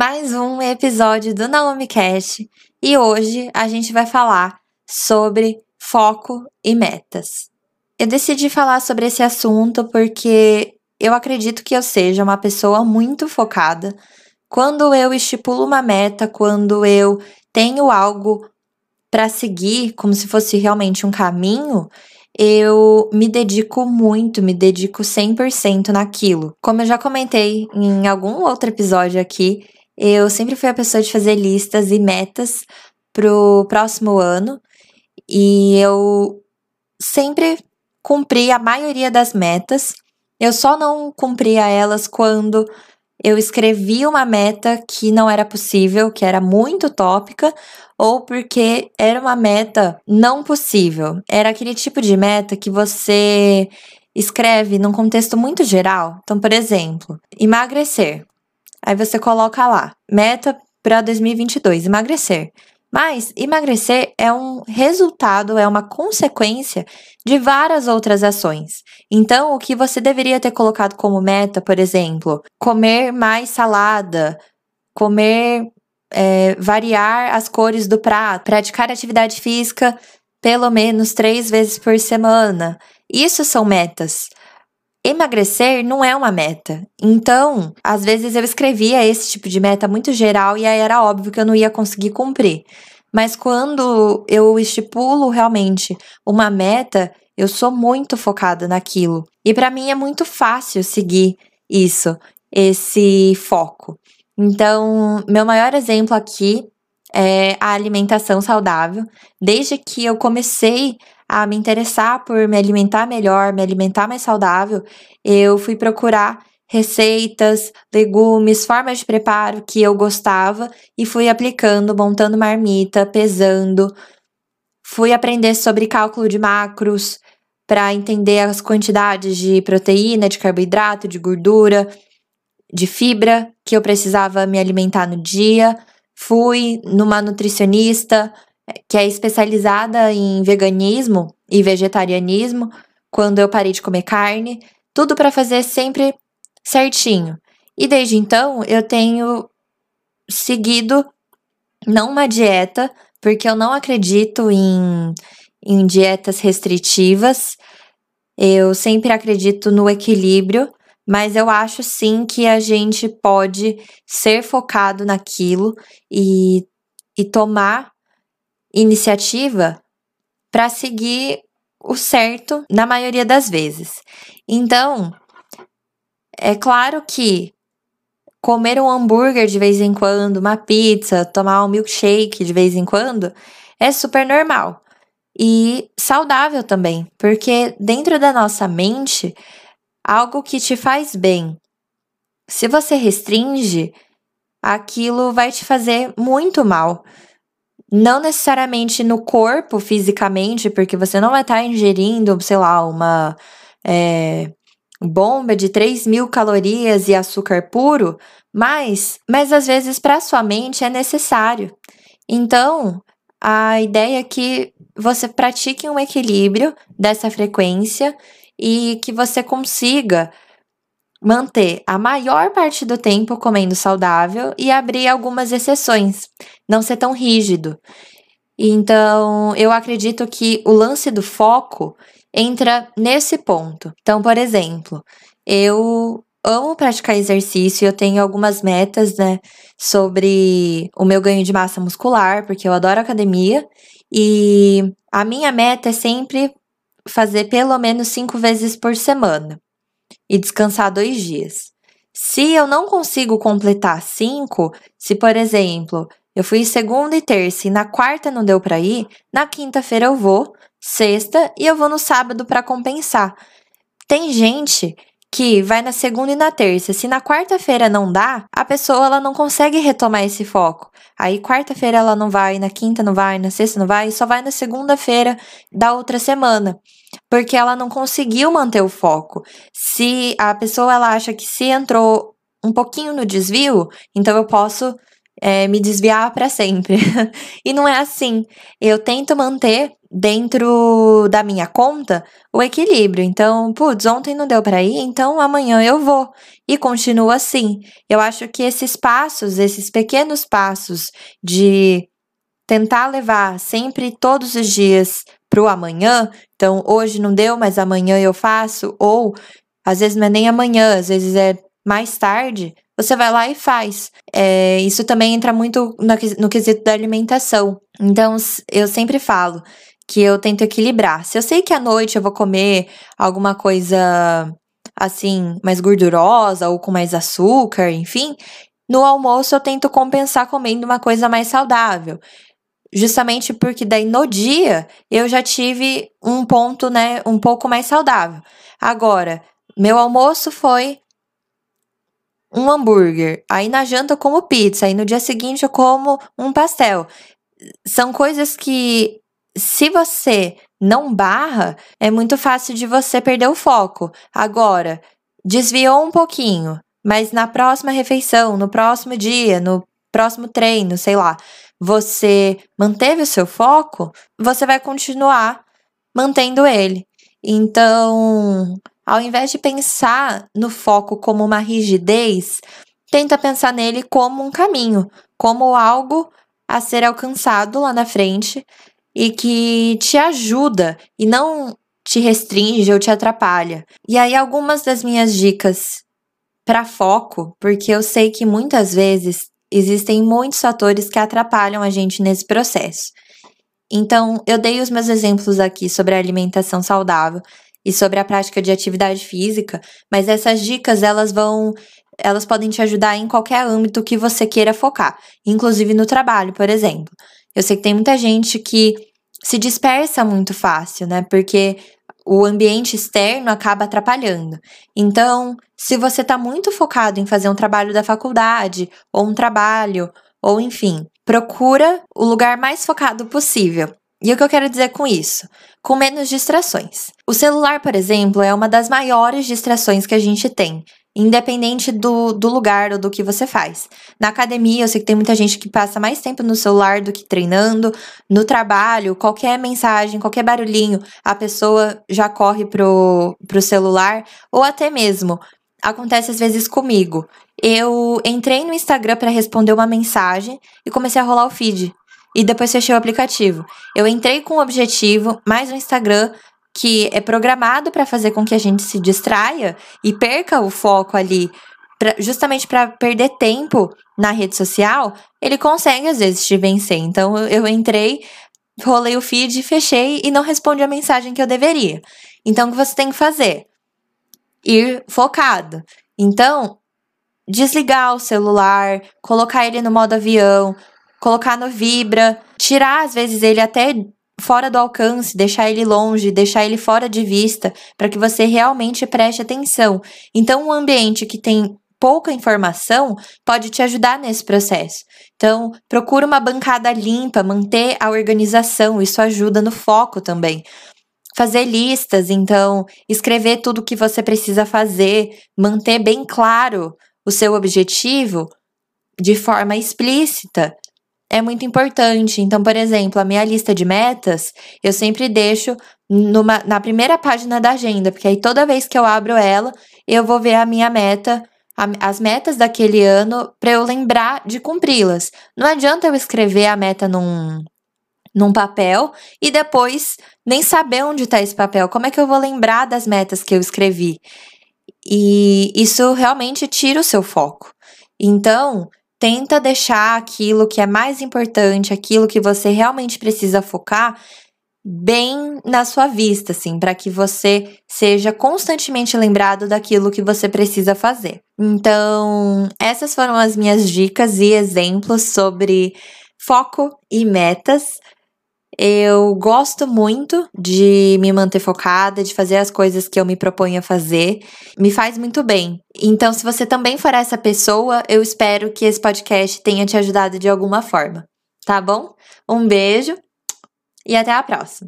mais um episódio do NaomiCast e hoje a gente vai falar sobre foco e metas. Eu decidi falar sobre esse assunto porque eu acredito que eu seja uma pessoa muito focada. Quando eu estipulo uma meta, quando eu tenho algo para seguir, como se fosse realmente um caminho, eu me dedico muito, me dedico 100% naquilo. Como eu já comentei em algum outro episódio aqui, eu sempre fui a pessoa de fazer listas e metas pro próximo ano e eu sempre cumpri a maioria das metas. Eu só não cumpria elas quando eu escrevi uma meta que não era possível, que era muito utópica, ou porque era uma meta não possível. Era aquele tipo de meta que você escreve num contexto muito geral. Então, por exemplo, emagrecer. Aí você coloca lá, meta para 2022, emagrecer. Mas emagrecer é um resultado, é uma consequência de várias outras ações. Então, o que você deveria ter colocado como meta, por exemplo, comer mais salada, variar as cores do prato, praticar atividade física pelo menos 3 vezes por semana. Isso são metas. Emagrecer não é uma meta. Então, às vezes eu escrevia esse tipo de meta muito geral e aí era óbvio que eu não ia conseguir cumprir. Mas quando eu estipulo realmente uma meta, eu sou muito focada naquilo. E para mim é muito fácil seguir isso, esse foco. Então, meu maior exemplo aqui é a alimentação saudável. Desde que eu comecei a me interessar por me alimentar melhor, me alimentar mais saudável, eu fui procurar receitas, legumes, formas de preparo que eu gostava e fui aplicando, montando marmita, pesando. Fui aprender sobre cálculo de macros para entender as quantidades de proteína, de carboidrato, de gordura, de fibra que eu precisava me alimentar no dia. Fui numa nutricionista que é especializada em veganismo e vegetarianismo, quando eu parei de comer carne, tudo para fazer sempre certinho. E desde então eu tenho seguido não uma dieta, porque eu não acredito em dietas restritivas. Eu sempre acredito no equilíbrio, mas eu acho sim que a gente pode ser focado naquilo e tomar iniciativa para seguir o certo na maioria das vezes. Então, é claro que comer um hambúrguer de vez em quando, uma pizza, tomar um milkshake de vez em quando é super normal e saudável também, porque dentro da nossa mente, algo que te faz bem, se você restringe, aquilo vai te fazer muito mal. Não necessariamente no corpo, fisicamente, porque você não vai estar ingerindo, sei lá, uma bomba de 3.000 calorias e açúcar puro, mas às vezes para sua mente é necessário. Então, a ideia é que você pratique um equilíbrio dessa frequência e que você consiga manter a maior parte do tempo comendo saudável e abrir algumas exceções, não ser tão rígido. Então, eu acredito que o lance do foco entra nesse ponto. Então, por exemplo, eu amo praticar exercício, eu tenho algumas metas, né, sobre o meu ganho de massa muscular, porque eu adoro academia, e a minha meta é sempre fazer pelo menos 5 vezes por semana e descansar 2 dias. Se eu não consigo completar 5, se, por exemplo, eu fui segunda e terça e na quarta não deu para ir, na quinta-feira eu vou, sexta e eu vou no sábado para compensar. Tem gente que vai na segunda e na terça. Se na quarta-feira não dá, a pessoa ela não consegue retomar esse foco. Aí quarta-feira ela não vai, na quinta não vai, na sexta não vai, e só vai na segunda-feira da outra semana, porque ela não conseguiu manter o foco. Se a pessoa ela acha que se entrou um pouquinho no desvio, então eu posso me desviar para sempre. E não é assim. Eu tento manter dentro da minha conta o equilíbrio. Então, putz, ontem não deu pra ir, então amanhã eu vou. E continua assim. Eu acho que esses passos, esses pequenos passos de tentar levar sempre todos os dias pro amanhã, então hoje não deu, mas amanhã eu faço, ou às vezes não é nem amanhã, às vezes é mais tarde, você vai lá e faz. Isso também entra muito no quesito da alimentação. Então, eu sempre falo que eu tento equilibrar. Se eu sei que à noite eu vou comer alguma coisa assim, mais gordurosa ou com mais açúcar, enfim, no almoço eu tento compensar comendo uma coisa mais saudável. Justamente porque daí no dia eu já tive um ponto, né, um pouco mais saudável. Agora, meu almoço foi um hambúrguer, aí na janta eu como pizza, aí no dia seguinte eu como um pastel. São coisas que, se você não barra, é muito fácil de você perder o foco. Agora, desviou um pouquinho, mas na próxima refeição, no próximo dia, no próximo treino, sei lá, você manteve o seu foco, você vai continuar mantendo ele. Então, ao invés de pensar no foco como uma rigidez, tenta pensar nele como um caminho, como algo a ser alcançado lá na frente e que te ajuda e não te restringe ou te atrapalha. E aí, algumas das minhas dicas para foco, porque eu sei que muitas vezes existem muitos fatores que atrapalham a gente nesse processo. Então, eu dei os meus exemplos aqui sobre a alimentação saudável e sobre a prática de atividade física, mas essas dicas elas podem te ajudar em qualquer âmbito que você queira focar, inclusive no trabalho, por exemplo. Eu sei que tem muita gente que se dispersa muito fácil, né? Porque o ambiente externo acaba atrapalhando. Então, se você está muito focado em fazer um trabalho da faculdade, ou um trabalho, ou enfim, procura o lugar mais focado possível. E o que eu quero dizer com isso? Com menos distrações. O celular, por exemplo, é uma das maiores distrações que a gente tem, independente do lugar ou do que você faz. Na academia, eu sei que tem muita gente que passa mais tempo no celular do que treinando. No trabalho, qualquer mensagem, qualquer barulhinho, a pessoa já corre pro celular. Ou até mesmo, acontece às vezes comigo. Eu entrei no Instagram para responder uma mensagem e comecei a rolar o feed. E depois fechei o aplicativo. Eu entrei com um objetivo, mas o Instagram, que é programado para fazer com que a gente se distraia e perca o foco ali, justamente para perder tempo na rede social, ele consegue às vezes te vencer. Então eu entrei, rolei o feed, fechei e não respondi a mensagem que eu deveria. Então o que você tem que fazer? Ir focado. Então, desligar o celular, colocar ele no modo avião, colocar no vibra, tirar às vezes ele até fora do alcance, deixar ele longe, deixar ele fora de vista, para que você realmente preste atenção. Então, um ambiente que tem pouca informação pode te ajudar nesse processo. Então, procura uma bancada limpa, manter a organização, isso ajuda no foco também. Fazer listas, então, escrever tudo o que você precisa fazer, manter bem claro o seu objetivo de forma explícita é muito importante. Então, por exemplo, a minha lista de metas, eu sempre deixo na primeira página da agenda, porque aí toda vez que eu abro ela, eu vou ver a minha meta, as metas daquele ano, para eu lembrar de cumpri-las. Não adianta eu escrever a meta num papel e depois nem saber onde está esse papel. Como é que eu vou lembrar das metas que eu escrevi? E isso realmente tira o seu foco. Então, tenta deixar aquilo que é mais importante, aquilo que você realmente precisa focar, bem na sua vista, assim, para que você seja constantemente lembrado daquilo que você precisa fazer. Então, essas foram as minhas dicas e exemplos sobre foco e metas. Eu gosto muito de me manter focada, de fazer as coisas que eu me proponho a fazer. Me faz muito bem. Então, se você também for essa pessoa, eu espero que esse podcast tenha te ajudado de alguma forma. Tá bom? Um beijo e até a próxima.